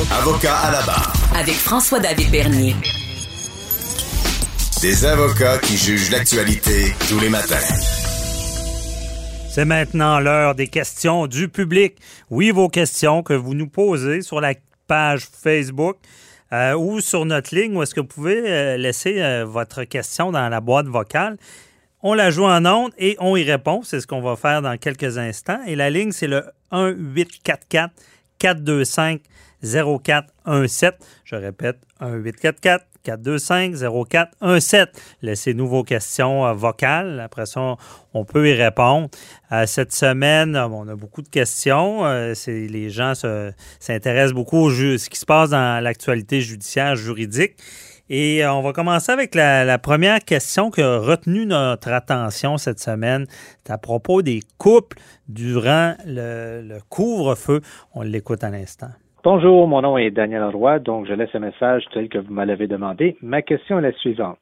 Avocat à la barre. Avec François-David Bernier. Des avocats qui jugent l'actualité tous les matins. C'est maintenant l'heure des questions du public. Oui, vos questions que vous nous posez sur la page Facebook ou sur notre ligne où est-ce que vous pouvez laisser votre question dans la boîte vocale. On la joue en ondes et on y répond. C'est ce qu'on va faire dans quelques instants. Et la ligne, c'est le 1-844-425-0417. Je répète, 1-844-425-0417. Laissez-nous vos questions vocales. Après ça, on peut y répondre. Cette semaine, on a beaucoup de questions. Les gens s'intéressent beaucoup à ce qui se passe dans l'actualité judiciaire, juridique. Et on va commencer avec la première question qui a retenu notre attention cette semaine. C'est à propos des couples durant le couvre-feu. On l'écoute à l'instant. Bonjour, mon nom est Daniel Roy, donc je laisse un message tel que vous me l'avez demandé. Ma question est la suivante.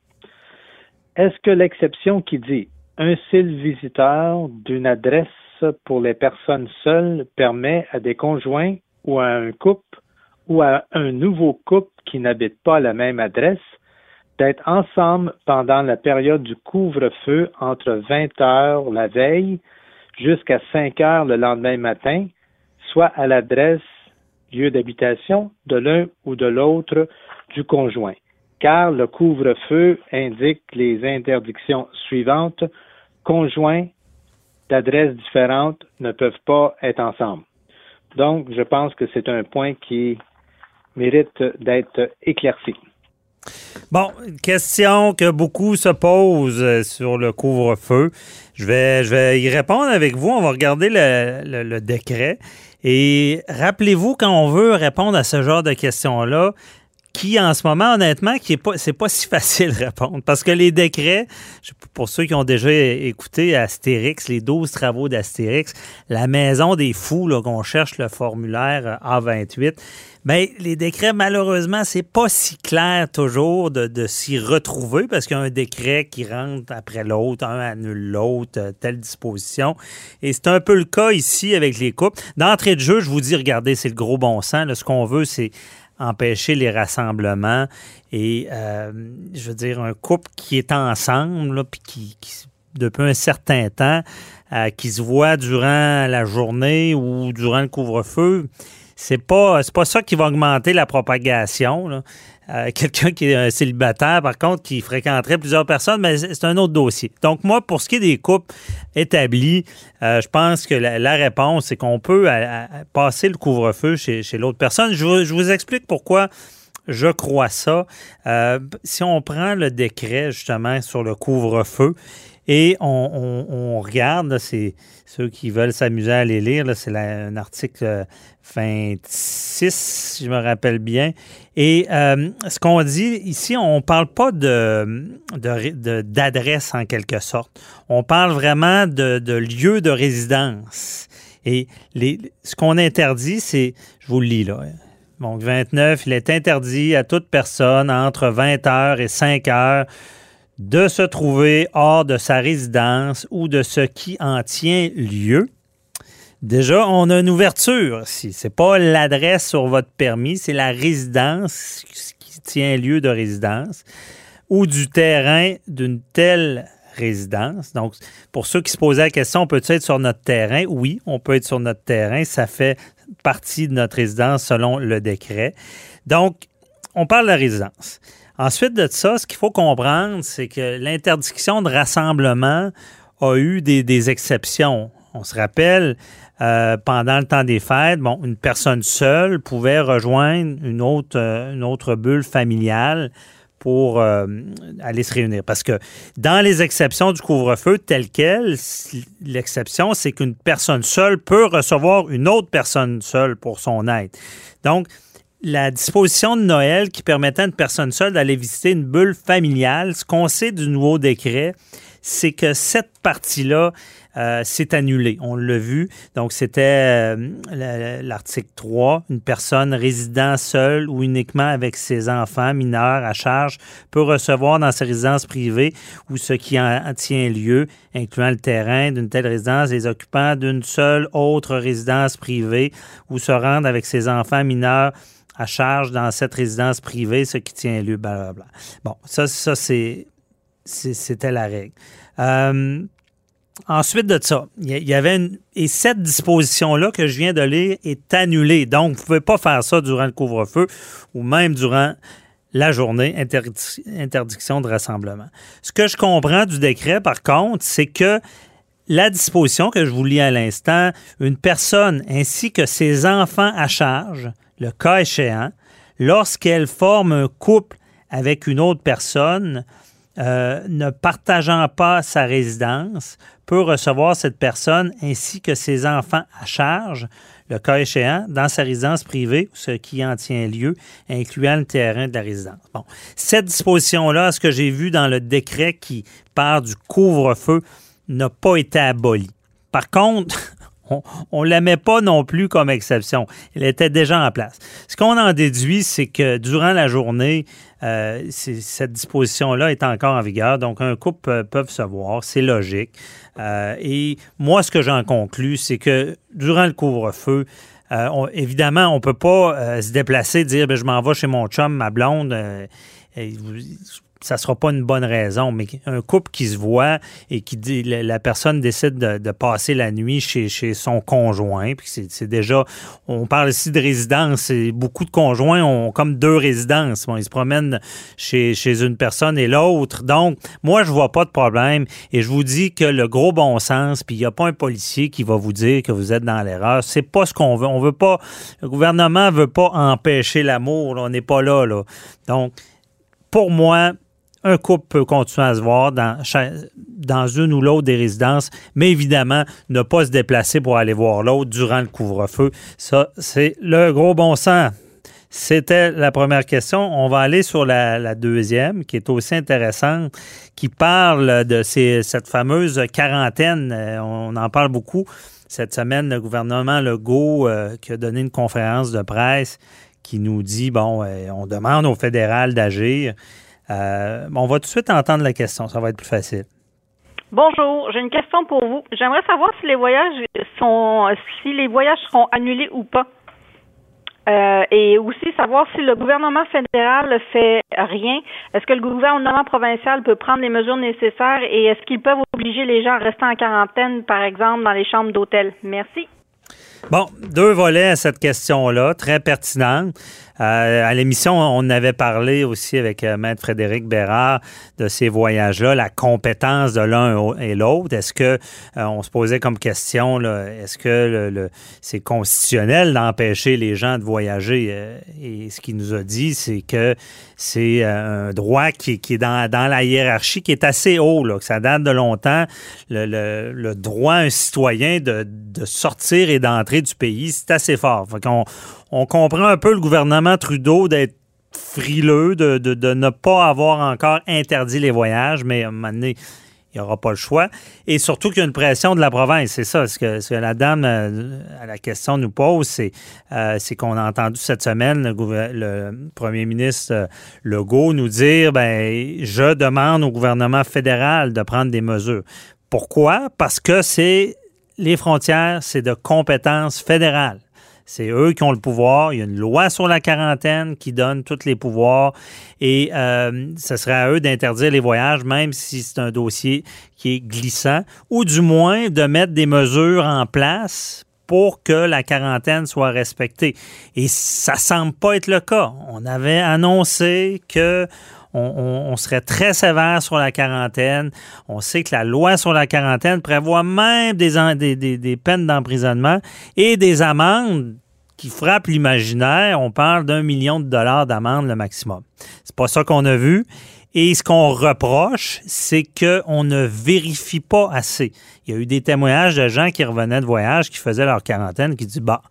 Est-ce que l'exception qui dit « un seul visiteur d'une adresse pour les personnes seules » permet à des conjoints ou à un couple ou à un nouveau couple qui n'habite pas à la même adresse d'être ensemble pendant la période du couvre-feu entre 20 heures la veille jusqu'à 5 heures le lendemain matin, soit à l'adresse lieu d'habitation de l'un ou de l'autre du conjoint, car le couvre-feu indique les interdictions suivantes. Conjoints d'adresses différentes ne peuvent pas être ensemble. Donc, je pense que c'est un point qui mérite d'être éclairci. Bon, une question que beaucoup se posent sur le couvre-feu. Je vais y répondre avec vous. On va regarder le décret. Et rappelez-vous, quand on veut répondre à ce genre de questions-là, qui, en ce moment, honnêtement, c'est pas si facile de répondre. Parce que les décrets, pour ceux qui ont déjà écouté Astérix, les 12 travaux d'Astérix, la maison des fous, là, qu'on cherche le formulaire A28, bien, les décrets, malheureusement, c'est pas si clair toujours de s'y retrouver parce qu'il y a un décret qui rentre après l'autre, un annule l'autre, telle disposition. Et c'est un peu le cas ici avec les couples. D'entrée de jeu, je vous dis, regardez, c'est le gros bon sens. Là, ce qu'on veut, c'est empêcher les rassemblements et, je veux dire, un couple qui est ensemble, là, puis qui depuis un certain temps, qui se voit durant la journée ou durant le couvre-feu, c'est pas ça qui va augmenter la propagation, là. Quelqu'un qui est un célibataire, par contre, qui fréquenterait plusieurs personnes, mais c'est un autre dossier. Donc, moi, pour ce qui est des couples établis, je pense que la réponse, c'est qu'on peut passer le couvre-feu chez l'autre personne. Je vous explique pourquoi je crois ça. Si on prend le décret, justement, sur le couvre-feu, et on regarde, là, c'est ceux qui veulent s'amuser à aller lire, là, c'est un article 26, si je me rappelle bien. Et ce qu'on dit ici, on ne parle pas d'adresse en quelque sorte. On parle vraiment de lieu de résidence. Et ce qu'on interdit, c'est, je vous le lis là, donc 29, il est interdit à toute personne entre 20 heures et 5 heures de se trouver hors de sa résidence ou de ce qui en tient lieu. Déjà, on a une ouverture ici. Ce n'est pas l'adresse sur votre permis, c'est la résidence qui tient lieu de résidence ou du terrain d'une telle résidence. Donc, pour ceux qui se posaient la question, on peut-tu être sur notre terrain? Oui, on peut être sur notre terrain. Ça fait partie de notre résidence selon le décret. Donc, on parle de la résidence. Ensuite de ça, ce qu'il faut comprendre, c'est que l'interdiction de rassemblement a eu des exceptions. On se rappelle, pendant le temps des fêtes, une personne seule pouvait rejoindre une autre bulle familiale pour aller se réunir. Parce que dans les exceptions du couvre-feu telles quelles, l'exception, c'est qu'une personne seule peut recevoir une autre personne seule pour son aide. Donc, la disposition de Noël qui permettait à une personne seule d'aller visiter une bulle familiale, ce qu'on sait du nouveau décret, c'est que cette partie-là s'est annulée. On l'a vu. Donc, c'était l'article 3. Une personne résidant seule ou uniquement avec ses enfants mineurs à charge peut recevoir dans ses résidences privées ou ce qui en tient lieu, incluant le terrain d'une telle résidence, les occupants d'une seule autre résidence privée ou se rendre avec ses enfants mineurs à charge dans cette résidence privée, ce qui tient lieu, blablabla. Bon, ça c'était la règle. Ensuite de ça, il y avait et cette disposition-là que je viens de lire est annulée. Donc, vous ne pouvez pas faire ça durant le couvre-feu ou même durant la journée, interdiction de rassemblement. Ce que je comprends du décret, par contre, c'est que la disposition que je vous lis à l'instant, une personne ainsi que ses enfants à charge, le cas échéant, lorsqu'elle forme un couple avec une autre personne, ne partageant pas sa résidence, peut recevoir cette personne ainsi que ses enfants à charge, le cas échéant, dans sa résidence privée, ce qui en tient lieu, incluant le terrain de la résidence. Bon, cette disposition-là, ce que j'ai vu dans le décret qui part du couvre-feu, n'a pas été abolie. Par contre, on ne la met pas non plus comme exception. Elle était déjà en place. Ce qu'on en déduit, c'est que durant la journée, cette disposition-là est encore en vigueur. Donc, un couple peut se voir. C'est logique. Et moi, ce que j'en conclus, c'est que durant le couvre-feu, évidemment, on ne peut pas se déplacer, dire je m'en vais chez mon chum, ma blonde. Ça ne sera pas une bonne raison, mais un couple qui se voit et qui dit la personne décide de passer la nuit chez son conjoint, puis c'est déjà, on parle ici de résidence, et beaucoup de conjoints ont comme 2 résidences. Bon, ils se promènent chez une personne et l'autre. Donc, moi, je vois pas de problème et je vous dis que le gros bon sens, puis il n'y a pas un policier qui va vous dire que vous êtes dans l'erreur. C'est pas ce qu'on veut. On veut pas, le gouvernement veut pas empêcher l'amour. Là. On n'est pas là. Donc, pour moi, un couple peut continuer à se voir dans une ou l'autre des résidences, mais évidemment, ne pas se déplacer pour aller voir l'autre durant le couvre-feu. Ça, c'est le gros bon sens. C'était la première question. On va aller sur la deuxième, qui est aussi intéressante, qui parle de cette fameuse quarantaine. On en parle beaucoup. Cette semaine, le gouvernement Legault qui a donné une conférence de presse qui nous dit, on demande au fédéral d'agir. On va tout de suite entendre la question. Ça va être plus facile. Bonjour, j'ai une question pour vous. J'aimerais savoir si les voyages seront annulés ou pas. Et aussi savoir si le gouvernement fédéral ne fait rien. Est-ce que le gouvernement provincial peut prendre les mesures nécessaires et est-ce qu'ils peuvent obliger les gens à rester en quarantaine, par exemple, dans les chambres d'hôtel? Merci. Bon, 2 volets à cette question-là, très pertinente. À l'émission, on avait parlé aussi avec Maître Frédéric Bérard de ces voyages-là, la compétence de l'un et l'autre. Est-ce que, on se posait comme question, là, est-ce que c'est constitutionnel d'empêcher les gens de voyager? Et ce qu'il nous a dit, c'est que c'est un droit qui est dans la hiérarchie, qui est assez haut, là, que ça date de longtemps. Le droit à un citoyen de sortir et d'entrer du pays, c'est assez fort. Fait qu'on comprend un peu le gouvernement Trudeau d'être frileux, de ne pas avoir encore interdit les voyages, mais à un moment donné, il n'y aura pas le choix. Et surtout qu'il y a une pression de la province. C'est ça, ce que la dame à la question nous pose, c'est qu'on a entendu cette semaine le premier ministre Legault nous dire, je demande au gouvernement fédéral de prendre des mesures. Pourquoi? Parce que les frontières, c'est de compétence fédérale. C'est eux qui ont le pouvoir. Il y a une loi sur la quarantaine qui donne tous les pouvoirs et ce serait à eux d'interdire les voyages, même si c'est un dossier qui est glissant, ou du moins de mettre des mesures en place pour que la quarantaine soit respectée. Et ça semble pas être le cas. On avait annoncé que on serait très sévère sur la quarantaine. On sait que la loi sur la quarantaine prévoit même des peines d'emprisonnement et des amendes qui frappent l'imaginaire. On parle d'1 million de dollars d'amende le maximum. C'est pas ça qu'on a vu. Et ce qu'on reproche, c'est qu'on ne vérifie pas assez. Il y a eu des témoignages de gens qui revenaient de voyage, qui faisaient leur quarantaine, qui disent,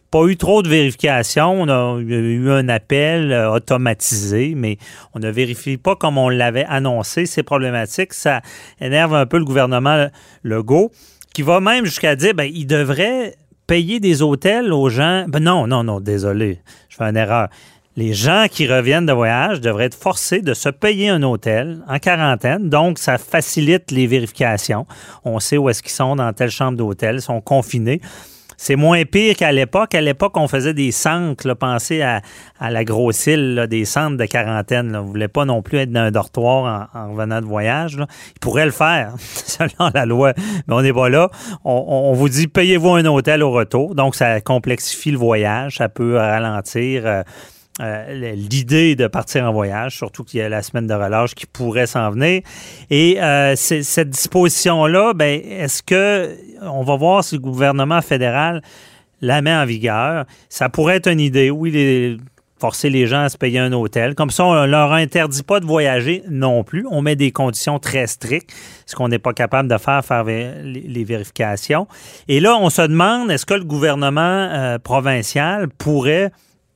pas eu trop de vérifications. Il y a eu un appel automatisé, mais on ne vérifie pas comme on l'avait annoncé. C'est problématique. Ça énerve un peu le gouvernement Legault, qui va même jusqu'à dire il devrait payer des hôtels aux gens. Non, désolé, je fais une erreur. Les gens qui reviennent de voyage devraient être forcés de se payer un hôtel en quarantaine. Donc, ça facilite les vérifications. On sait où est-ce qu'ils sont dans telle chambre d'hôtel. Ils sont confinés. C'est moins pire qu'à l'époque. À l'époque, on faisait des centres, là, pensez à la grosse île, là, des centres de quarantaine. Là. On ne voulait pas non plus être dans un dortoir en revenant de voyage. Là. Ils pourraient le faire, selon la loi, mais on n'est pas là. On vous dit, payez-vous un hôtel au retour. Donc, ça complexifie le voyage. Ça peut ralentir l'idée de partir en voyage, surtout qu'il y a la semaine de relâche qui pourrait s'en venir. Et cette disposition-là, est-ce que on va voir si le gouvernement fédéral la met en vigueur? Ça pourrait être une idée, oui, forcer les gens à se payer un hôtel. Comme ça, on ne leur interdit pas de voyager non plus. On met des conditions très strictes, ce qu'on n'est pas capable de faire les vérifications. Et là, on se demande, est-ce que le gouvernement provincial pourrait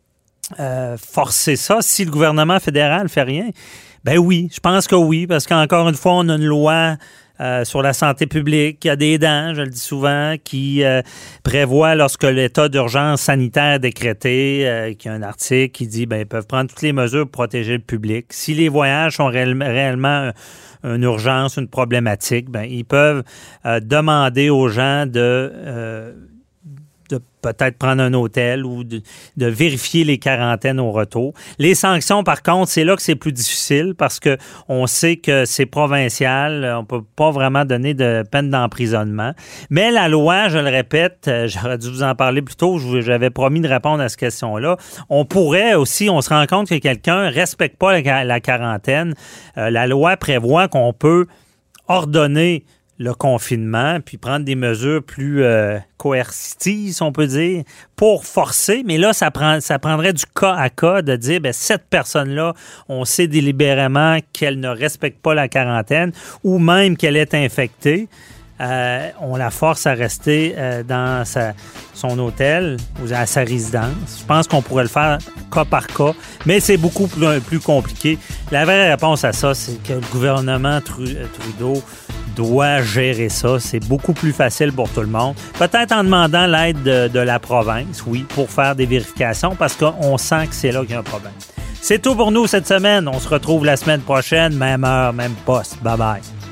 forcer ça si le gouvernement fédéral ne fait rien? Ben oui, je pense que oui, parce qu'encore une fois, on a une loi sur la santé publique qui a des dents, je le dis souvent, qui prévoit lorsque l'état d'urgence sanitaire est décrété, qu'il y a un article qui dit ils peuvent prendre toutes les mesures pour protéger le public. Si les voyages sont réellement une urgence, une problématique, ils peuvent demander aux gens de peut-être prendre un hôtel ou de vérifier les quarantaines au retour. Les sanctions, par contre, c'est là que c'est plus difficile parce que on sait que c'est provincial, on peut pas vraiment donner de peine d'emprisonnement. Mais la loi, je le répète, j'aurais dû vous en parler plus tôt, j'avais promis de répondre à cette question-là. On pourrait aussi, on se rend compte que quelqu'un respecte pas la quarantaine. La loi prévoit qu'on peut ordonner le confinement, puis prendre des mesures plus coercitives, si on peut dire, pour forcer. Mais là, ça prendrait du cas à cas de dire, cette personne-là, on sait délibérément qu'elle ne respecte pas la quarantaine ou même qu'elle est infectée. On la force à rester dans son hôtel ou à sa résidence. Je pense qu'on pourrait le faire cas par cas, mais c'est beaucoup plus compliqué. La vraie réponse à ça, c'est que le gouvernement Trudeau doit gérer ça. C'est beaucoup plus facile pour tout le monde. Peut-être en demandant l'aide de la province, oui, pour faire des vérifications, parce qu'on sent que c'est là qu'il y a un problème. C'est tout pour nous cette semaine. On se retrouve la semaine prochaine, même heure, même poste. Bye bye.